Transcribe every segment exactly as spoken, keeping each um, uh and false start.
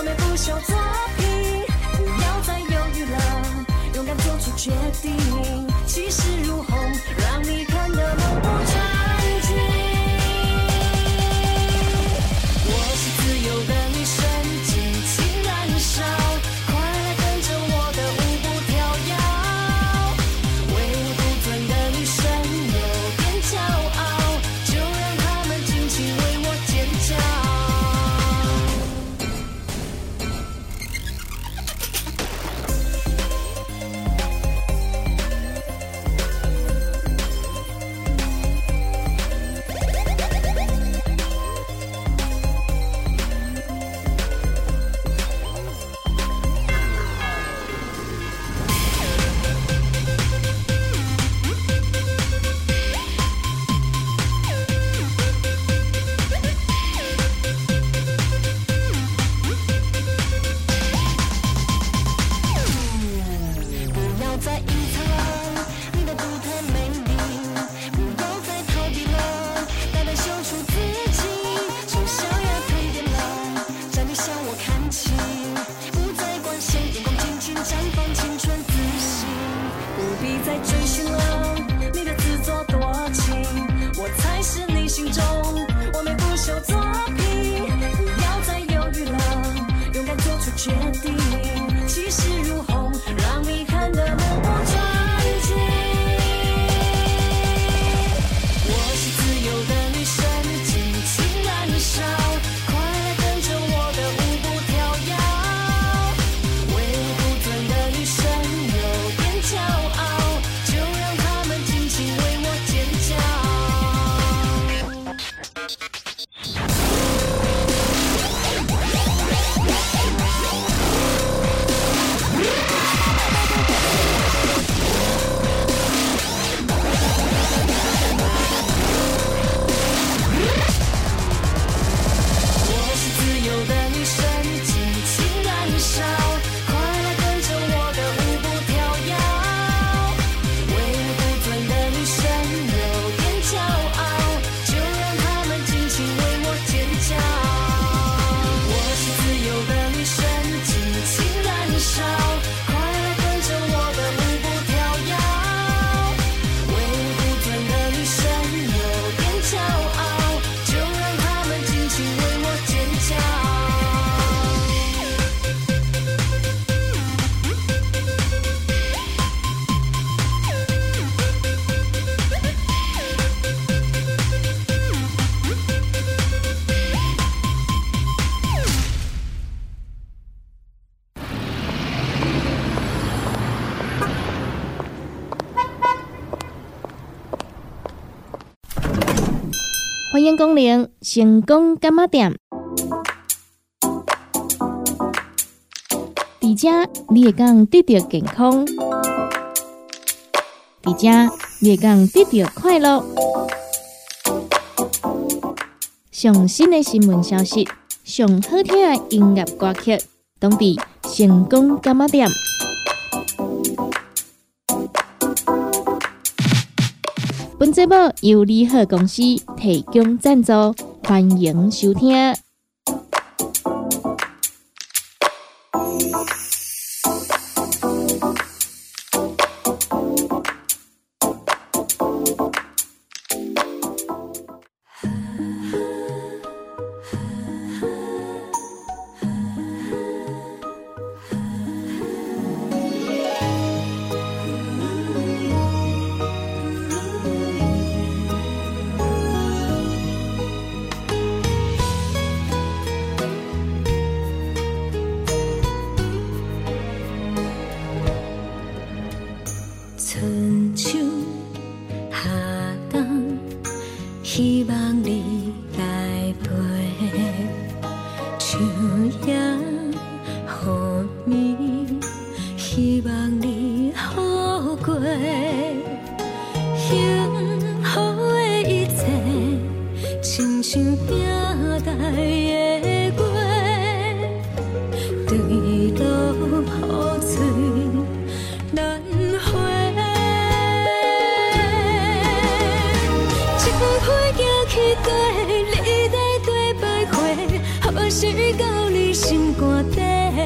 完美不朽作品，不要再犹豫了，勇敢做出决定，气势如虹，让你看得目不转睛。我是自由的女神，尽情燃烧，快来跟着我的舞步跳跃，唯我独尊的女神有点骄傲，就让他们尽情为我尖叫。决定，气势如虹，让你看得目不转睛。我是自由的女神，尽情燃烧，快来跟着我的舞步跳跃，唯我独尊的女神有点骄傲，就让他们尽情为我尖叫。 欢迎光临成功柑仔店，伫这你会讲得到健康，伫这你会讲得到快乐。上新的新闻消息，上好听的音乐歌曲，拢伫成功柑仔店。本节目由利好公司提供赞助，欢迎收听。 是到你心肝底。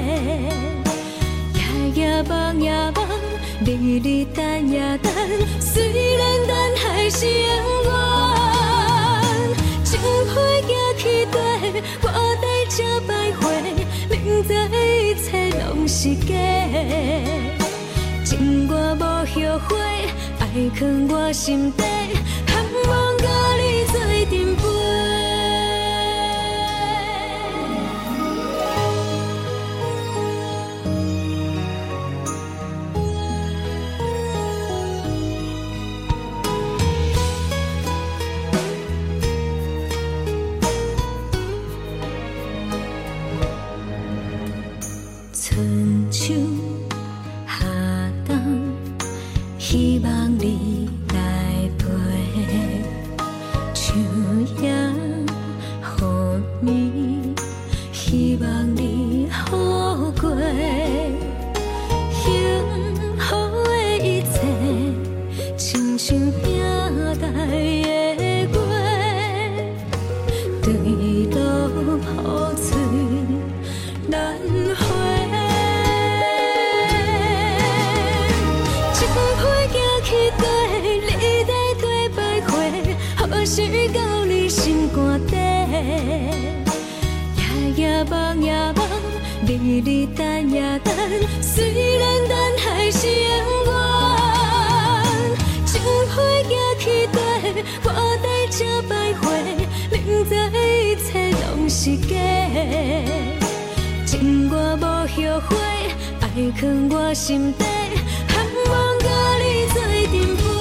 夜夜梦夜梦，日日等夜等，虽然等还是永远。情花行去地，我在这徘徊，明知一切拢是假。情我无后悔，爱藏我心底，盼望甲你做阵陪。春秋夏冬，希望你来陪。秋夜雨暝，希望你好过。幸福的一切，亲像冰台的月，对路铺碎难回。何时到你心肝底？夜夜梦夜梦，日日等夜等，虽然等还是永远。情花行去地，我在这徘徊，明知一切拢是假。情我无后悔，爱藏我心底，盼望甲你做阵陪。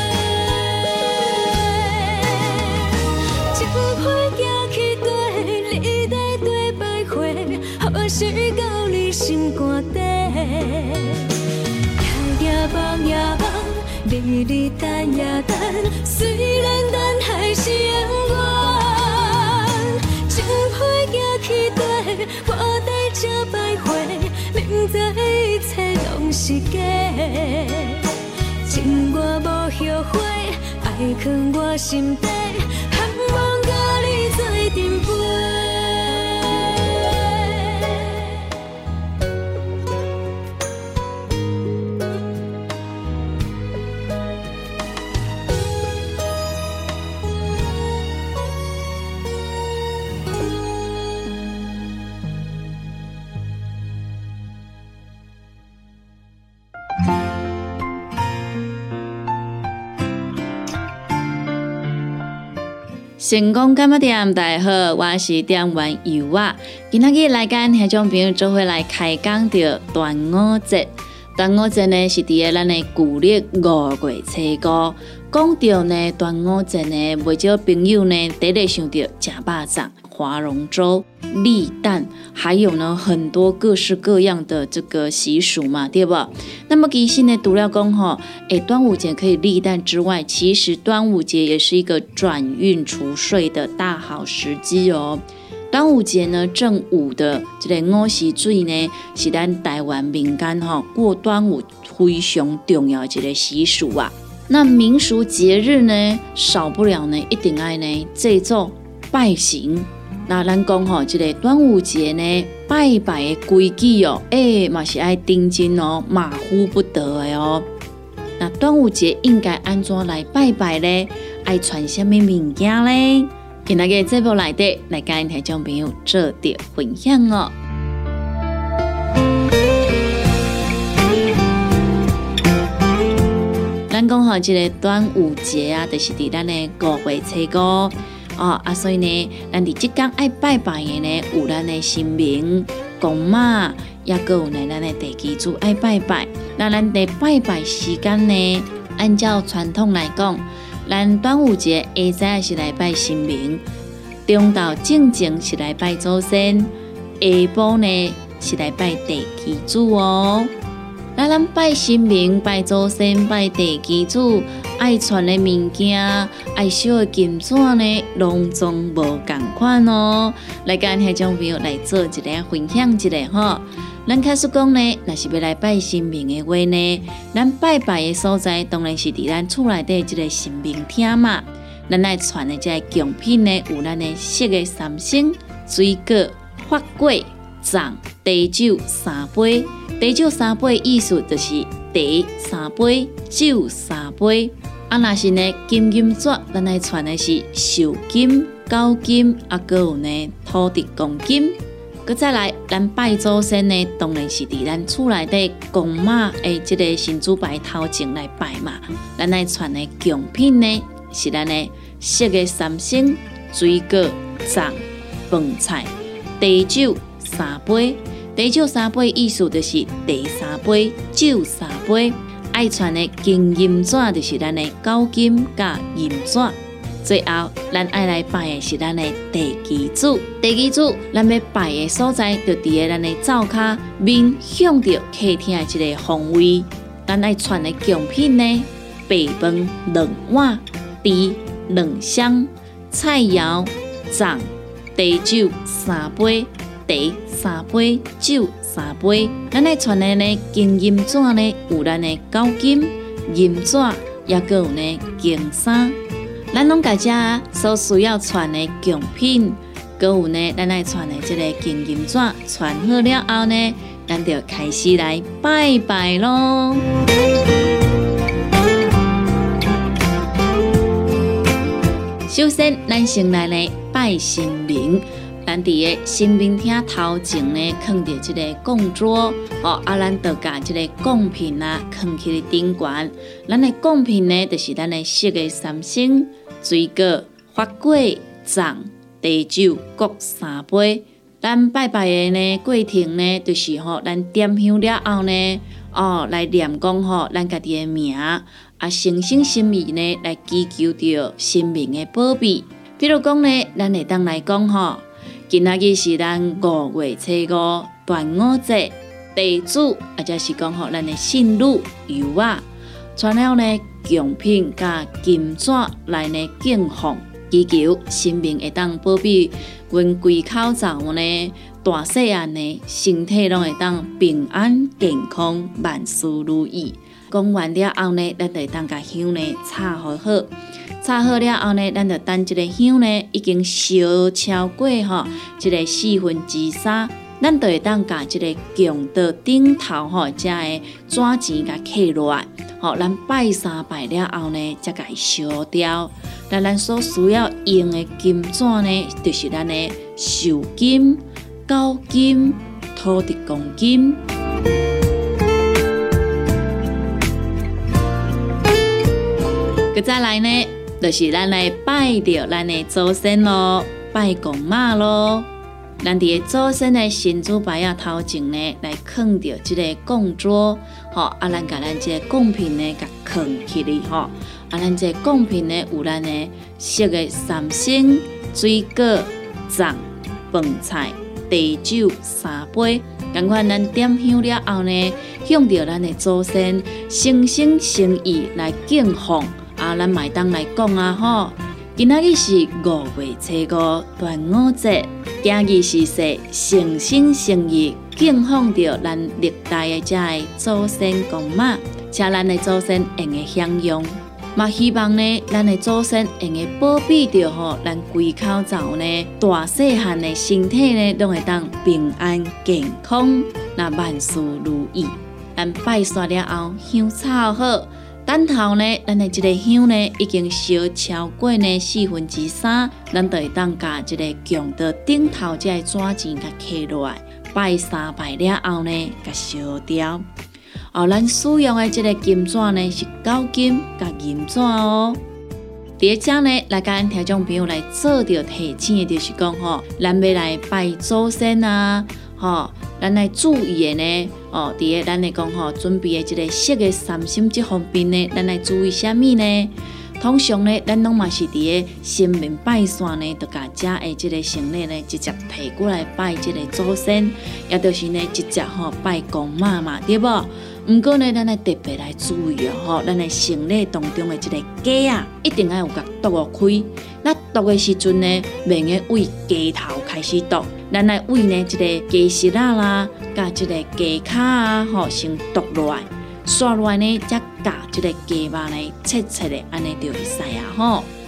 何时到你心肝底？夜夜梦夜梦，日日等夜等，虽然等还是永远。情花行去地，我在这徘徊，明知一切拢是假。情我无后悔，爱藏我心底，盼望甲你做阵陪。 成功柑仔店，大家好，我是店员尤啊。今仔日来跟听众朋友做伙来开讲到端午节。端午节呢是伫个咱的旧历五月初五。讲到呢端午节呢，袂少朋友呢第一想到吃肉粽、划龙舟、立蛋，还有呢很多各式各样的这个习俗嘛，对不？那么其实呢，除了讲吼，诶，端午节可以立蛋之外，其实端午节也是一个转运除税的大好时机哦。端午节呢，正午的这个午时水呢，是咱台湾民间吼过端午非常重要的一个习俗啊。那民俗节日呢，少不了呢，一定爱呢制作拜行。那咱讲吼，这个端午节呢，拜拜的规矩哦，诶、欸，嘛是爱盯紧哦，马虎不得的哦。那端午节应该安怎来拜拜呢？爱传什么物件呢？今日嘅节目内底来跟听众朋友做点分享哦。咱讲吼，这个端午节啊，就是伫咱的五月初五哦啊，所以呢，咱伫即天爱拜拜的呢，有咱的神明、公妈，也个有呢咱的地基主爱拜拜。那咱的拜拜时间呢，按照传统来讲，咱端午节下早是来拜神明，中昼正正是来拜祖先，下晡呢是来拜地基主哦。那咱拜神明、拜祖先、拜地基主，爱传的物件、爱烧的金纸呢，拢总无同款哦。来跟听众朋友来做一个分享一下吼。咱开始讲呢，若是要来拜神明的话呢，咱拜拜的所在当然是伫咱厝内底这个神明厅嘛。咱来传的这个贡品呢，有咱的色的三星、水果、发粿、 粽、茶酒三杯。茶酒三杯意思就是茶三杯，酒三杯。啊，若是呢金银纸，咱来传的是寿金、九金，啊，搁有呢土地公金。搁再来，咱拜祖先呢，当然是伫咱厝内底公妈的即个神主牌头前来拜嘛。咱来传的贡品呢，是咱的色的三牲、水果、粽、饭菜、茶酒三杯。茶酒三杯意思就是茶三杯，酒三杯。爱传的金银纸就是咱的九金甲银纸。最后，咱爱来拜的是咱的地基主。地基主，咱要拜的所在，就伫个咱的灶骹面向着客厅的一个方位。咱爱传的贡品呢，白饭两碗，茶两箱，菜肴粽、茶酒三杯，茶三杯，酒三杯。咱爱传的呢，金银纸呢，有咱的九金银纸，也搁有呢金衫。咱拢家遮所需要传的贡品，搁有呢，咱爱传的这个金银纸，传好了后呢，咱就开始来拜拜咯。首先，咱先来呢拜神明。咱伫个神明厅头前呢，放着即个供桌，哦，啊，咱就甲即个贡品啊，放起伫顶悬。咱的贡品呢，就是咱的色的三牲、水果、发果、粽、茶酒各三杯。咱拜拜的呢过程呢，就是吼，咱点香了后呢，哦，来念讲吼，咱家己的名，啊，诚心诚意呢，来祈求着神明的保庇。比如讲呢，咱会当来讲吼。今仔日是咱五月初五端午节，地主或者是讲吼咱的信女油仔，传了呢贡品甲金纸来呢敬奉，祈求神明会当保庇阮规口罩呢大细汉呢身体拢会当平安健康，万事如意。讲完了后呢，咱就会当甲香呢插好好。插好了后呢，咱就等这个香呢已经烧超过吼，这个四分之三，咱就会当甲这个供到顶头吼，这个纸钱甲刻落来，吼，咱拜三拜了后呢，才甲伊烧掉。那咱所需要用的金纸呢，就是咱的寿金、九金、土地公金。佮再来呢？就是咱来拜着咱的祖先咯，拜公妈咯。咱伫个祖先的神主牌啊头前呢，来放着即个供桌，吼啊，咱甲咱即个贡品呢，甲放起哩吼。啊，咱即个贡品呢，有咱的色的三牲、水果、粽、饭菜、茶酒三杯。赶快咱点香了后呢，向着咱的祖先诚心诚意来敬奉。啊，咱麦当来讲啊吼，今仔日是五月初五端午节，今日是说诚心诚意敬奉着咱历代的这个祖先公妈，请咱的祖先用个享用，嘛希望呢，咱的祖先用个保庇着吼，咱规口罩呢大细汉的身体呢，拢会当平安健康，那万事如意。咱拜煞了后，香插好。等头呢，咱的这个香呢已经烧超过呢四分之三，咱就会当甲这个供到顶头这个纸钱甲刻落来，拜三拜了后呢，甲烧掉。哦，咱使用的这个金纸呢是九金甲银纸哦。伫遮呢，来甲咱听众朋友来做着提醒的，就是讲吼，咱要来拜祖先啊，吼。咱来注意的呢，哦，伫个咱来讲吼，准备的这个色的三牲这方面呢，咱来注意啥物呢？通常呢，咱拢嘛是伫个神明拜山呢，就甲遮的这个神礼呢，直接摕过来拜这个祖先，也就是呢，直接吼拜公妈嘛，对无？毋过呢，咱来特别来注意哦，吼，咱的神礼当中的这个鸡啊，一定要有甲剁落开。那剁的时阵呢，免个为鸡头开始剁，咱来为呢这个鸡翅啊啦，甲这个鸡脚啊，吼先剁落来，刷落来呢，再夹这个鸡肉呢，切切的，安尼就会使啊吼。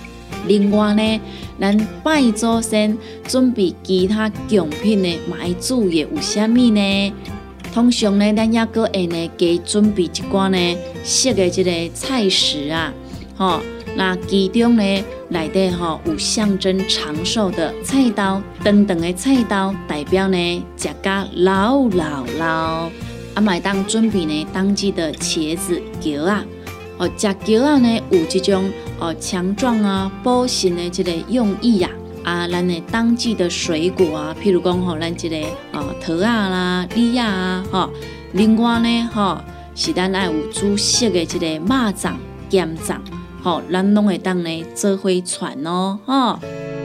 另外呢，咱拜祖先准备其他贡品呢，嘛要注意有啥物呢？通常呢，咱也阁会呢加准备一寡呢熟的这个菜食啊，吼、哦，那其中呢内底吼有象征长寿的菜刀，长长的菜刀代表呢食甲老老老，啊，买当准备呢当季的茄子、茄啊，哦，食茄啊呢有这种哦强壮啊、补肾的这个用意啊。啊，咱的当季的水果啊，譬如讲吼，咱这个啊桃啊啦、梨啊吼，另外呢吼，是咱爱有煮熟的这个肉粽、咸粽，吼，咱拢会当呢做伙传哦，吼。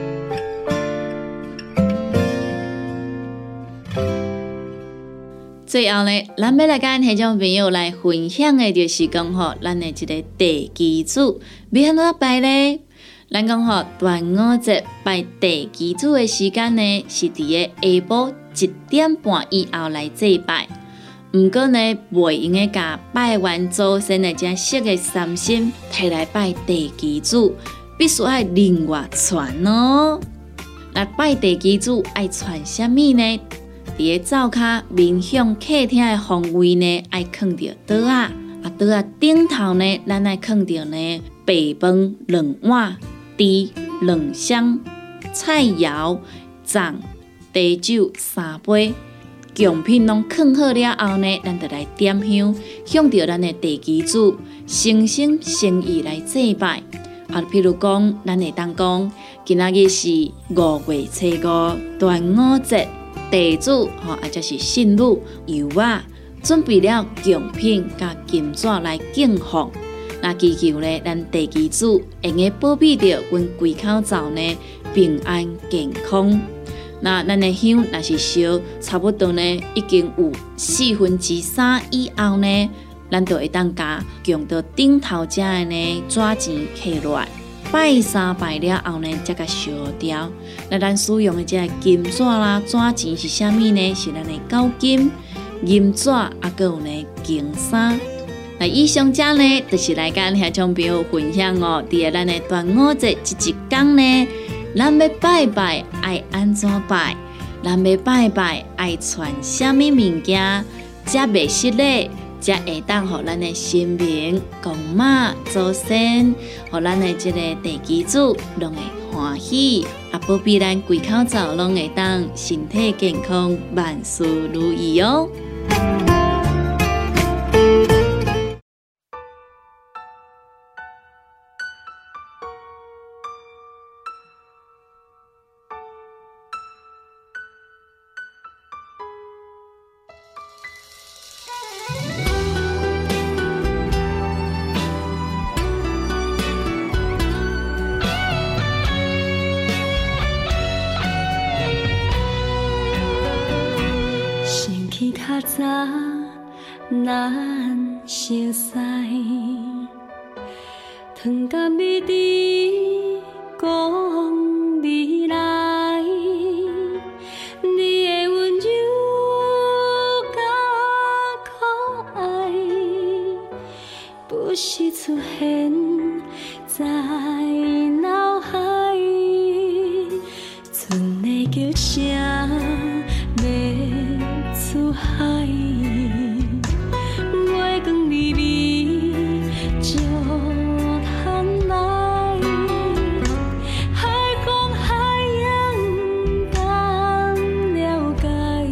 最后呢，咱要来跟听众朋友来分享的就是讲吼，咱的这个地基主要安怎拜呢？咱讲吼，端午节拜地基主的时间呢，是伫个下晡一点半以后来祭拜。毋过呢，袂用个甲拜完祖先的这熟的三牲摕来拜地基主，必须爱另外传哦。那拜地基主爱传啥物呢？伫个灶骹面向客厅的方位呢，爱放着桌啊，啊桌啊顶头呢，咱爱放着呢白饭两碗。猪两箱、菜肴、粽、茶酒三杯，贡品拢放好了后呢，咱就来点香，向着咱的地基主诚心诚意来祭拜。啊，譬如讲，咱会当讲，今仔日是五月初五端午节，地主吼，啊，就是圣女油啊，准备了贡品甲金纸来敬奉。那祈求呢，咱地基主会用保庇着阮规口罩呢平安健康。那咱的香若是烧差不多呢，已经有四分之三以后呢，咱就会当加用到顶头遮的呢纸钱摕落来，拜三拜了后呢，才甲烧掉。那咱使用的这个金纸啦、纸钱是啥物呢？是咱的高金、银纸，啊，还有呢金衫。那以上这呢，就是来跟听众朋友分享哦。伫个咱的端午节这一天呢，咱要拜拜爱安怎拜？咱要拜拜爱传啥物物件？才袂失礼，才会当互咱的神明、公妈、祖先，互咱的这个地基主拢会欢喜，啊，保庇咱规口罩拢会当身体健康，万事如意哦。 较早咱熟悉，糖甲蜜甜讲未来，你的温柔甲可爱，不时出现在脑海，存的叫声。出海，月光微微照窗来，海光海洋敢了解，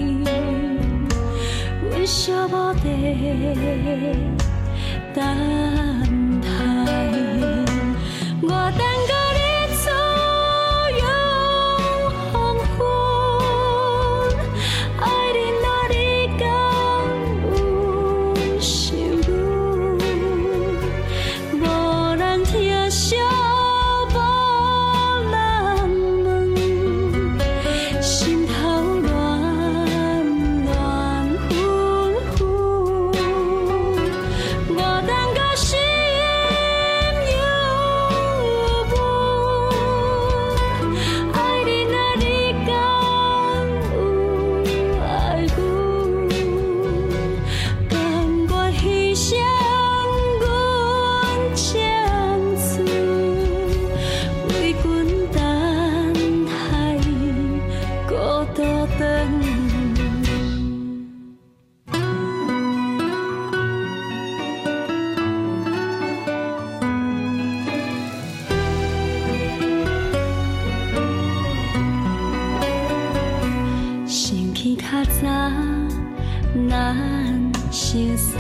阮小无地等待，我等到。是。 咱熟悉，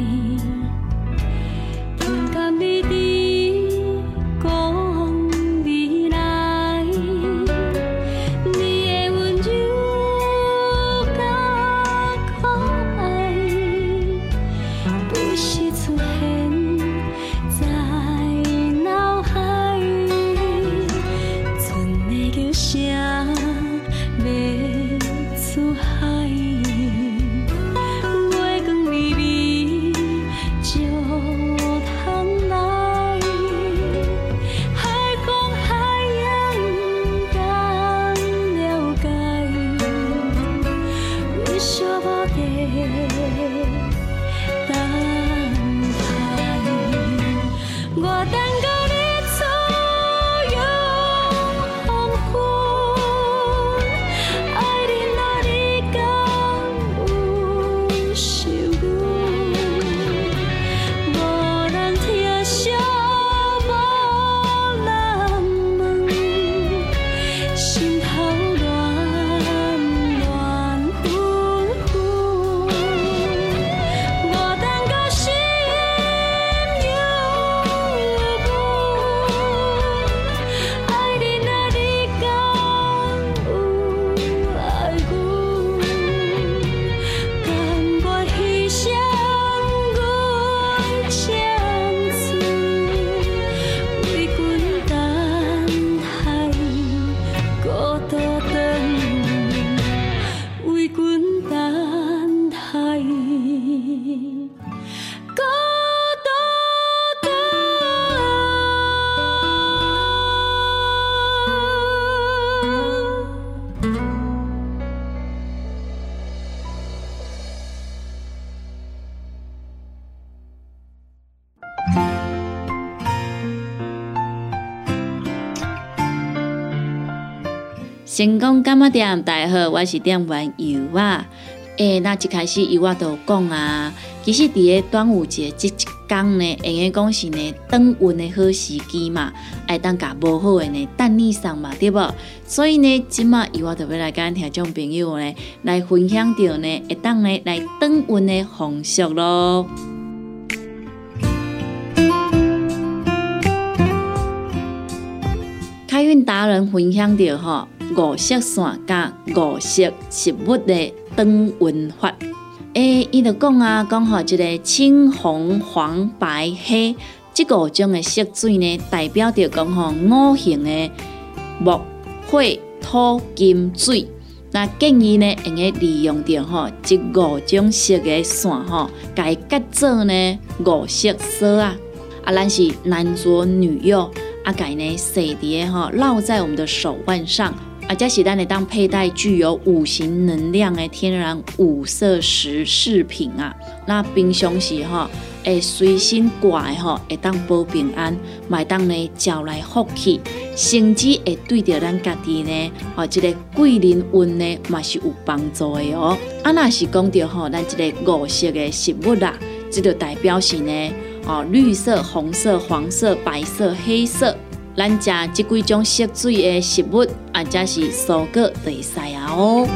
听甲你伫讲未来，你的温柔甲可爱，不时出现在脑海，存的叫声要出海。 成功柑仔店，大家好，我是店员尤啊。诶，那一开始尤啊就讲啊，其实伫个端午节即一天呢，应该讲是呢转运的好时机嘛，爱当甲无好的呢等你送嘛，对无？所以呢，即马尤啊就要来甲听众朋友呢来分享到呢，会当呢来转运的方式咯。开运达人分享到吼。五色线甲五色食物的转运法，诶，伊就讲啊，讲吼，即个青红黄白黑即五种的色水呢，代表着讲吼五行的木、火、土、金、水。那建议呢，用个利用着吼即五种色的线吼，甲伊结做呢五色锁啊，啊，咱是男左女右，啊，甲伊呢细伫个吼绕在我们的手腕上。啊，这是咱会当佩戴具有五行能量的天然五色石饰品啊。那平常时吼，会随身挂的吼，会当保平安，嘛会当呢招来福气，甚至会对着咱家己呢，吼，这个贵人运呢，嘛是有帮助的哦。啊，若是讲到吼，咱这个五色的食物啦，这就代表是呢，哦，绿色、红色、黄色、白色、黑色。咱食即几种色水的食物，啊，则是蔬果就会使啊哦。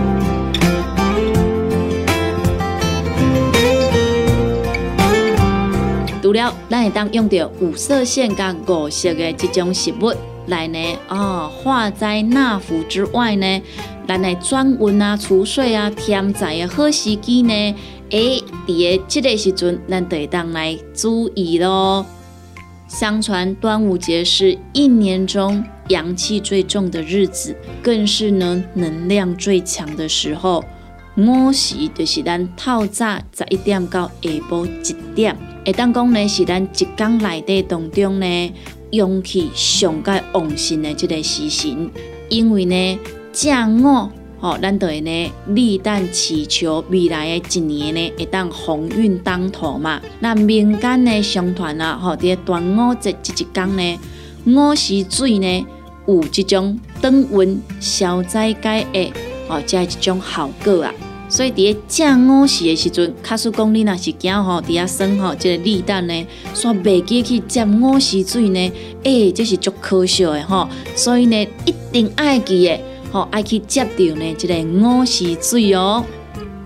除了咱会当用到五色线甲五色的即种食物来呢，哦，化灾纳福之外呢，咱来转运啊、除税啊、添财的好时机呢，诶，伫个即个时阵，咱就会当来注意咯。相传端午节是一年中阳气最重的日子，更是呢能量最强的时候。午时就是咱透早十一点到下晡一点，会当讲呢是咱一天内底当中呢阳气上界旺盛的这个时辰，因为呢正午。哦，咱就会呢，立蛋祈求未来的一年呢，会当鸿运当头嘛。那民间呢，相传啊，吼，伫端午节这一天呢，午时水呢，有这种转运消灾解厄，哦，这一种效果啊。所以伫正午时的时阵，假使讲你若是惊吼，伫遐耍吼，这个立蛋呢，煞袂记去接午时水呢，诶、欸，这是足可惜的吼。所以呢，一定爱记的。吼，爱去接到呢，这个午时水哦。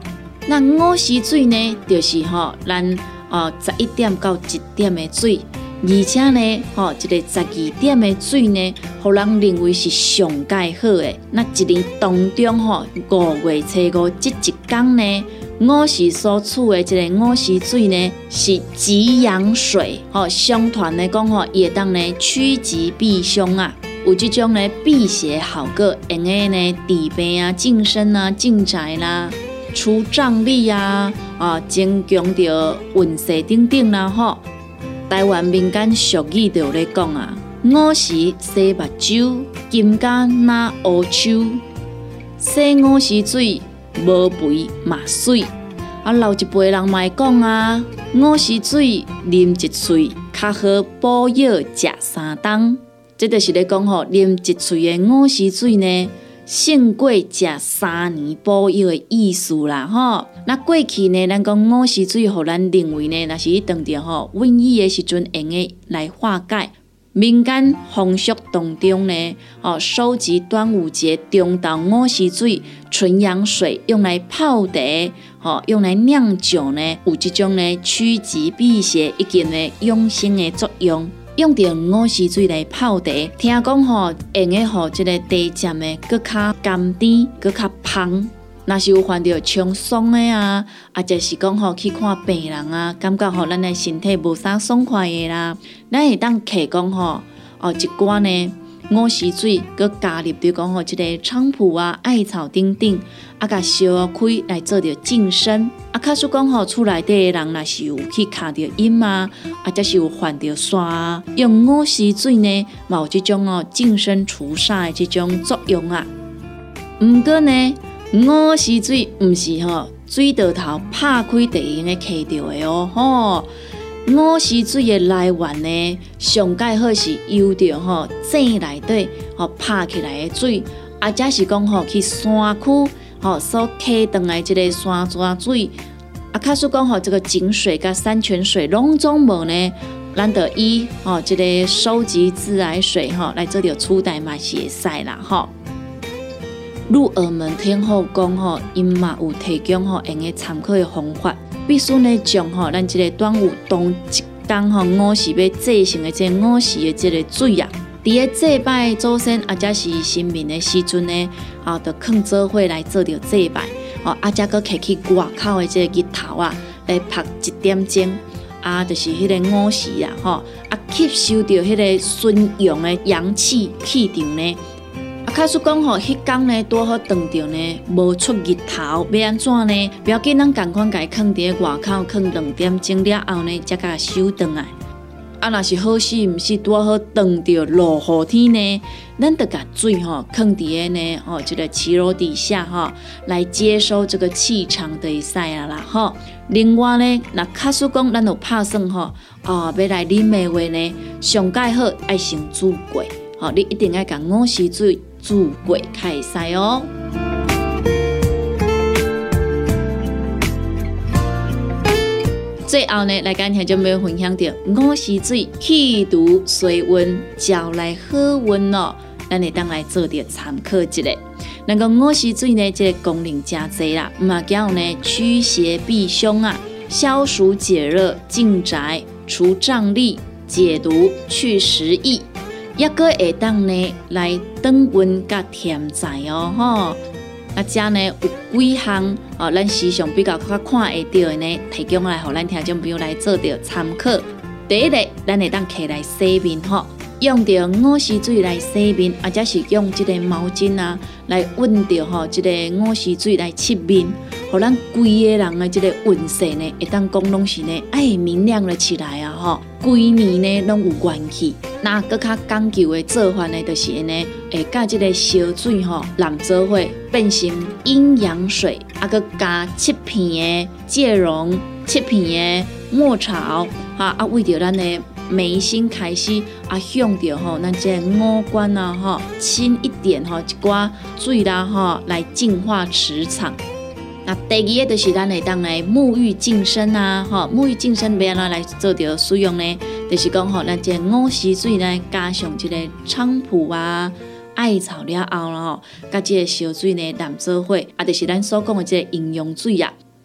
那午时水呢，就是吼、哦、咱哦十一点到一点的水，而且呢，吼、哦、一个十二点的水呢，互人认为是上介好的。那一年当中吼、哦，五月初五这一天呢，午时所处的这个午时水呢，是吉阳水。吼、哦，相传来讲吼，也当呢趋吉避凶啊。有这种呢辟邪好个，用个呢治病啊、净身啊、净宅啦、除障力啊、啊增强着运势等等啦吼。台湾民间俗语就有咧讲啊，午时洗目睭，金甲若乌手，洗午时水，无肥嘛水。啊，老一辈人嘛会讲啊，午时水啉一喙，较好补药食三冬。这就是咧讲吼，啉一喙的午时水呢，胜过食三年补药的意思啦吼。那过去呢，咱讲午时水，互咱认为呢，若是伊当着吼瘟疫的时阵用的来化解。民间风俗当中呢，哦，收集端午节中昼午时水、纯阳水，用来泡茶，哦，用来酿酒呢，有这种呢趋吉避邪以及呢养生的作用。用着午时水来泡茶，听讲吼，用个吼这个茶尖的搁较甘甜，搁较芳。若是有患着冲爽的啊，啊，就是讲吼去看病人啊，感觉吼咱的身体无啥爽快的啦，咱会当摕讲吼哦一寡呢午时水，搁加入对讲吼即个菖蒲啊、艾草等等，啊，甲烧开来做着净身。啊，假使讲吼厝内底的人若是有去卡着阴啊，啊，则是有犯着煞啊，用午时水呢，嘛有即种哦净身除煞的即种作用啊。毋过呢，午时水毋是吼水道头拍开就用个摕到的哦，吼。午时水的来源呢，上介好是由着吼井内底吼拍起来的水，啊，则是讲吼去山区吼所溪断来即个山泉水，啊，假使讲吼这个井水甲山泉水拢总无呢，咱就以吼即个收集自来水吼来做着取代嘛是会使啦吼。女儿们听后讲吼，因嘛有提供吼用个参考的方法。必须呢，将吼咱这个端午当一天吼午时要祭成的这午时的这个水啊，伫个祭拜祖先啊，则是神明的时阵呢，啊，就放做伙来做着祭拜，哦，啊，则搁摕去外口的这个日头啊，来拍一点钟，啊，就是迄个午时啊，吼，啊，吸收着迄个纯阳的阳气气场呢。啊，假使讲吼，迄天呢，拄好撞着呢，无出日头，要安怎呢？不要紧，咱共款家放伫外口，放两点钟了后呢，才甲收转来。啊，若是好死毋是拄好撞着落雨天呢，咱就甲水吼放伫个呢，哦，这个骑楼底下吼，来接收这个气场就会使啊啦吼。另外呢，若假使讲咱有拍算吼，哦，要来啉的话呢，上介好爱先煮过，吼，你一定要甲午时水煮过才会使哦。最后呢，来跟听众朋友分享到午时水去毒水温，招来好运哦，咱会当来做着参考一下。那个午时水呢，这个功能真多啦，嘛叫呢驱邪避凶啊，消暑解热、净宅、除障力、解毒、去食疫。也阁会当呢来降温甲添财哦吼，啊，遮呢有几项哦，咱时常比较较看会到的呢，提供来互咱听众朋友来做着参考。第一个，咱会当摕来洗面吼，用着午时水来洗面，或者是用即个毛巾啊来温着吼，即个午时水来拭面，互咱规个人的即个运势呢，会当讲拢是呢，哎，明亮了起来啊吼，规年呢拢有元气。那搁较讲究的做法呢，就是呢，会甲即个烧水吼淋做伙，变成阴阳水，啊，搁加七片的芥蓉，七片的墨草，哈啊，为着咱的眉心开始啊，向着吼咱这五官啊，吼轻一点吼，一寡水啦吼来净化磁场。那第二个就是咱会当来沐浴净身啊，吼沐浴净身要安怎来做着使用呢？就是讲吼，咱这午时水呢，加上这个菖蒲啊、艾草了后啦吼，甲这个烧水呢淋做伙，啊，就是咱所讲的这个饮用水啊。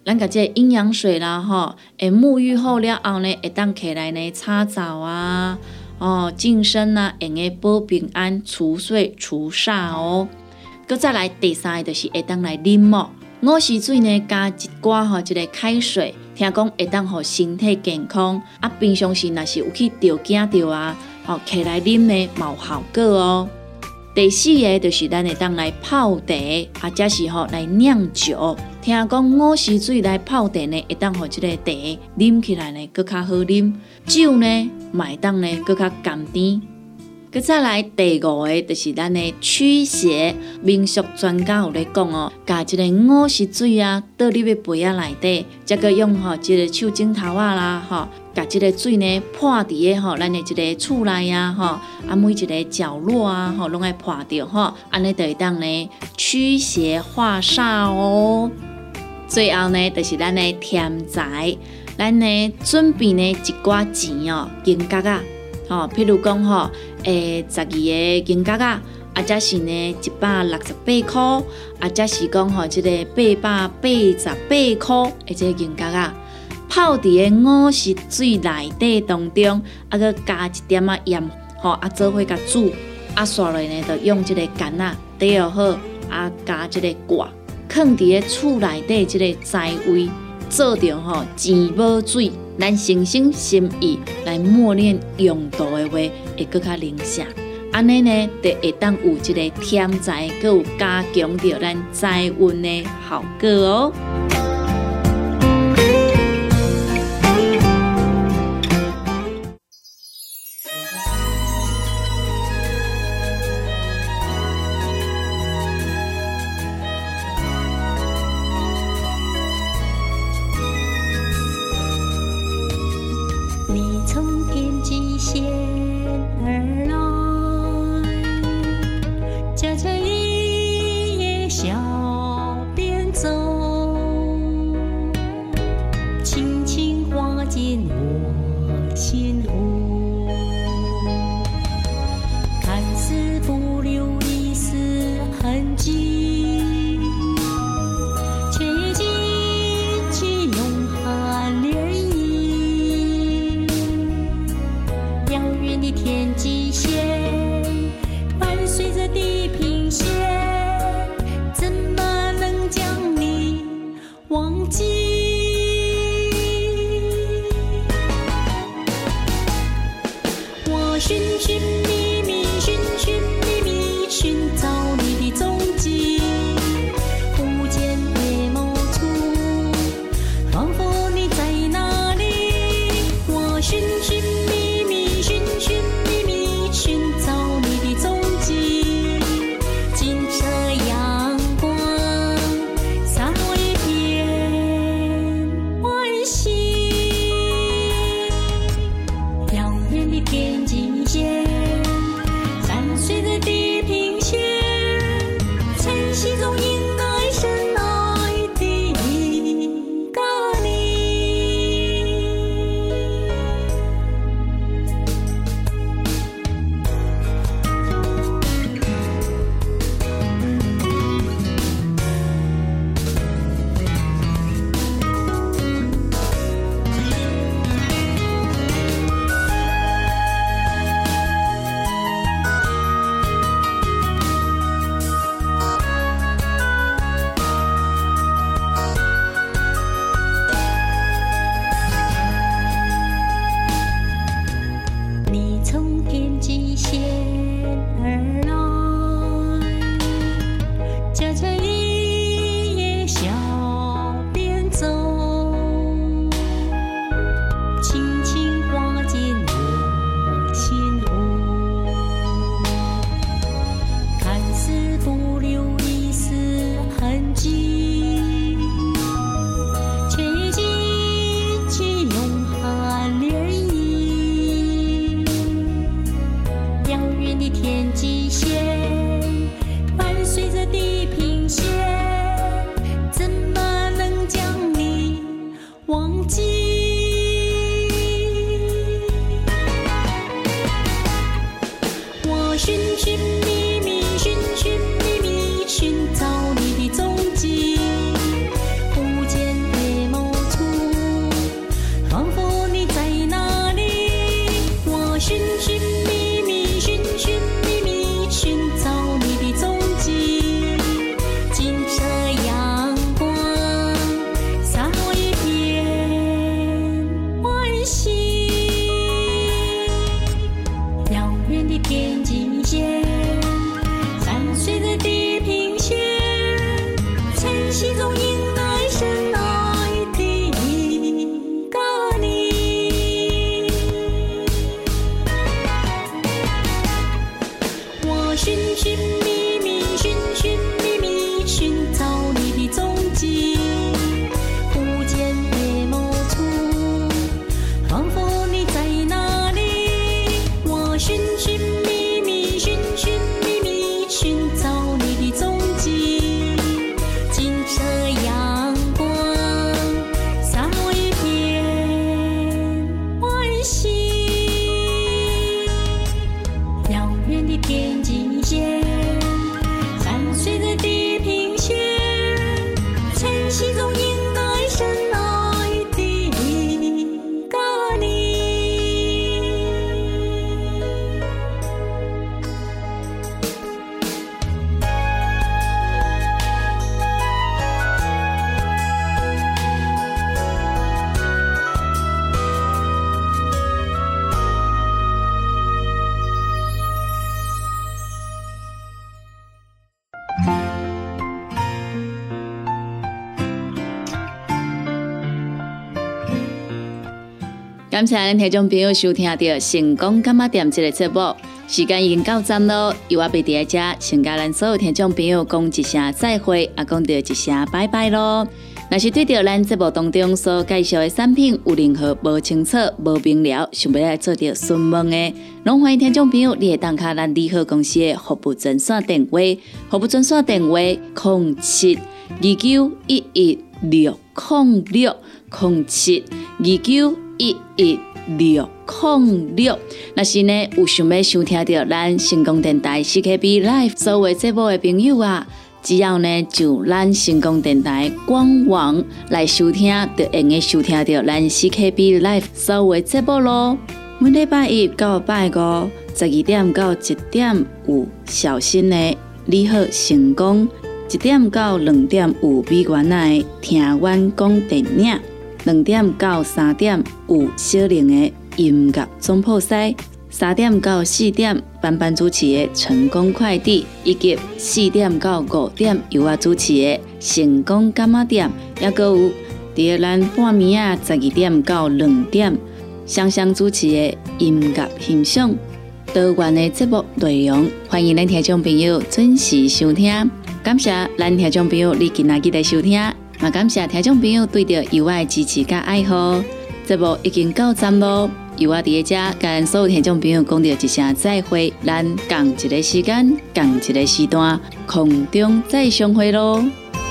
咱甲这营养水啦吼，会沐浴后了后呢，会当起来呢擦澡啊，哦净身啊，用个保平安、除祟、除煞哦。搁再来第三个就是会当来啉哦，午时水呢加一寡吼，一个开水，听讲会当互身体健康。啊，平常时若是有去钓囝钓啊，吼起来啉呢嘛有效果哦。第四个就是咱会当来泡茶，啊，则是吼来酿酒。听讲午时水来泡茶呢，会当互即个茶啉起来呢，搁较好啉。酒呢，嘛会当呢，搁较甘甜。搁再来第五个，就是咱的驱邪。民俗专家有咧讲哦，加一个午时水啊，倒入去杯仔内底，再搁用吼一个手指头啊啦，吼，加即个水呢泼伫个吼咱的一个厝内啊，吼，啊每一个角落啊，吼，拢爱泼着吼，安尼就会当呢驱邪化煞哦。最后呢，就是咱的添财，咱呢准备呢一寡钱哦，金角啊。吼，譬如讲吼，诶，十二个金角啊，啊，则是呢一百六十八块，啊，则是讲吼，即、这个八百八十八块的这个金角啊，泡伫个午时水内底当中，啊，佮加一点仔盐，吼，啊，做伙甲煮，啊，刷落呢，就用即个杆啊，底好好，啊，加即个挂，放伫个厝内底即个财位。做着吼钱无水，咱诚心心意来默念用道的话，会更较灵验。安尼呢，就会当有一个添财，佮有加强着咱财运的效果哦。 天际线。 感谢咱听众朋友收听到成功干嘛店这个节目，时间已经到站咯，由我贝伫在这，先甲咱所有听众朋友讲一声再会，也讲到一声拜拜咯。若是对着咱节目当中所介绍的产品有任何无清楚、无明了，想要来做着询问的，拢欢迎听众朋友你会打卡咱利好公司的服务专线电话，服务专线电话零七二九一一六零六零七二九一一六零六。若是呢有想要收听到咱成功电台 C K B Live 所有节目的朋友啊，只要呢就咱成功电台官网来收听，就会用收听到咱 C K B Live 所有的节目咯。每礼拜一到拜五十二点到一点有小新的你好成功，一点到两点有美元的听阮讲电影，两点到三点有小玲的音乐总铺师，三点到四点班班主持的成功快递，以及四点到五点由我主持的成功干妈店，也阁有伫咱半暝啊十二点到两点双双主持的音乐欣赏。多元的节目内容，欢迎咱听众朋友准时收听。感谢咱听众朋友你今仔日的收听，也感谢听众朋友对着由我的支持甲爱好。节目已经到站咯，由我伫在这跟所有听众朋友讲着一声再会，咱共一个时间，共一个时段，空中再相会咯。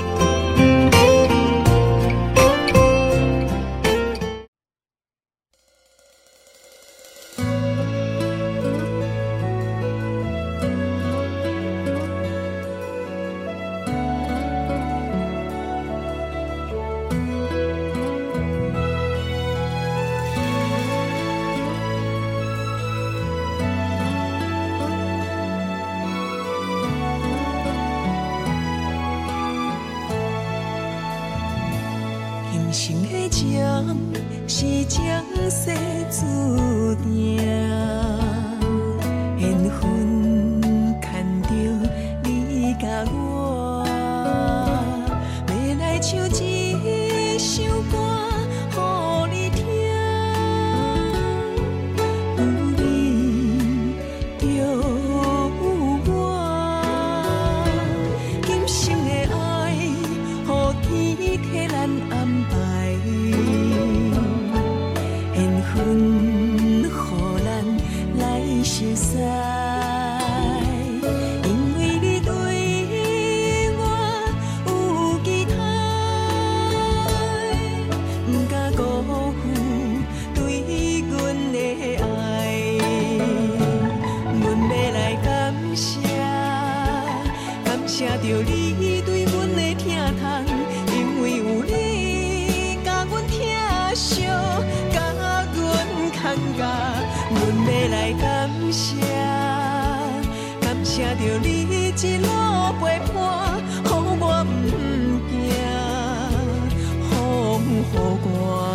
生的情是前世注定，缘分牵着你甲我，要来唱一首歌予你听，有你就有我，今生的爱，予天替咱安排。缘分，予咱来熟悉，因为你对我有期待，不敢辜负对阮的爱。阮要来感谢，感谢着你对阮的疼痛，因为有你甲阮疼惜。阮要来感谢，感谢着你一路陪伴，予我毋惊，风雨寒。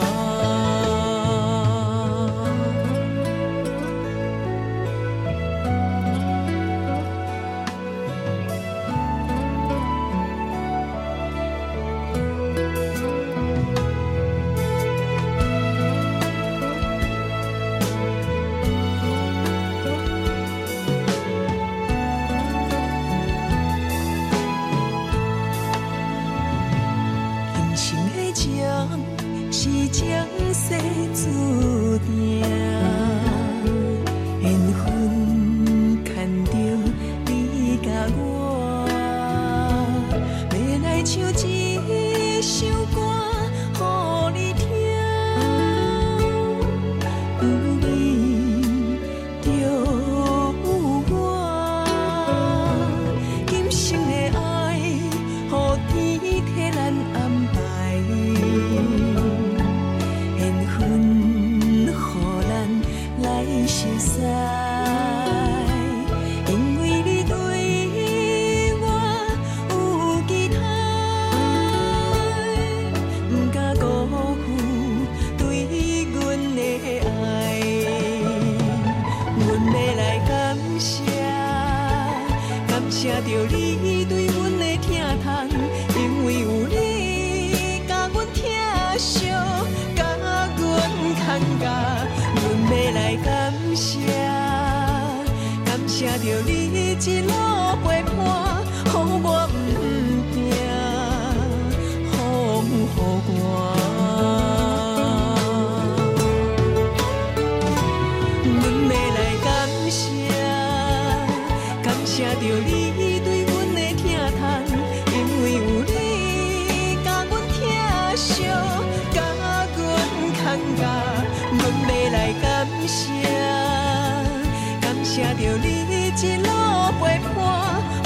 是前世注定，缘分牵着你甲我，要来唱一首歌予你听，有你就有我，今生的爱，予天替咱安排。熟悉，因为你对我有期待，不敢辜负对阮的爱。阮要来感谢，感谢着你对阮的疼痛，因为有你甲阮疼惜，甲阮牵挂。 一路陪伴，予我毋惊风雨寒。阮要来感谢，感谢着你对阮的疼痛，因为有你甲阮疼惜，甲阮牵挂。阮要来感谢，感谢着你一路陪伴，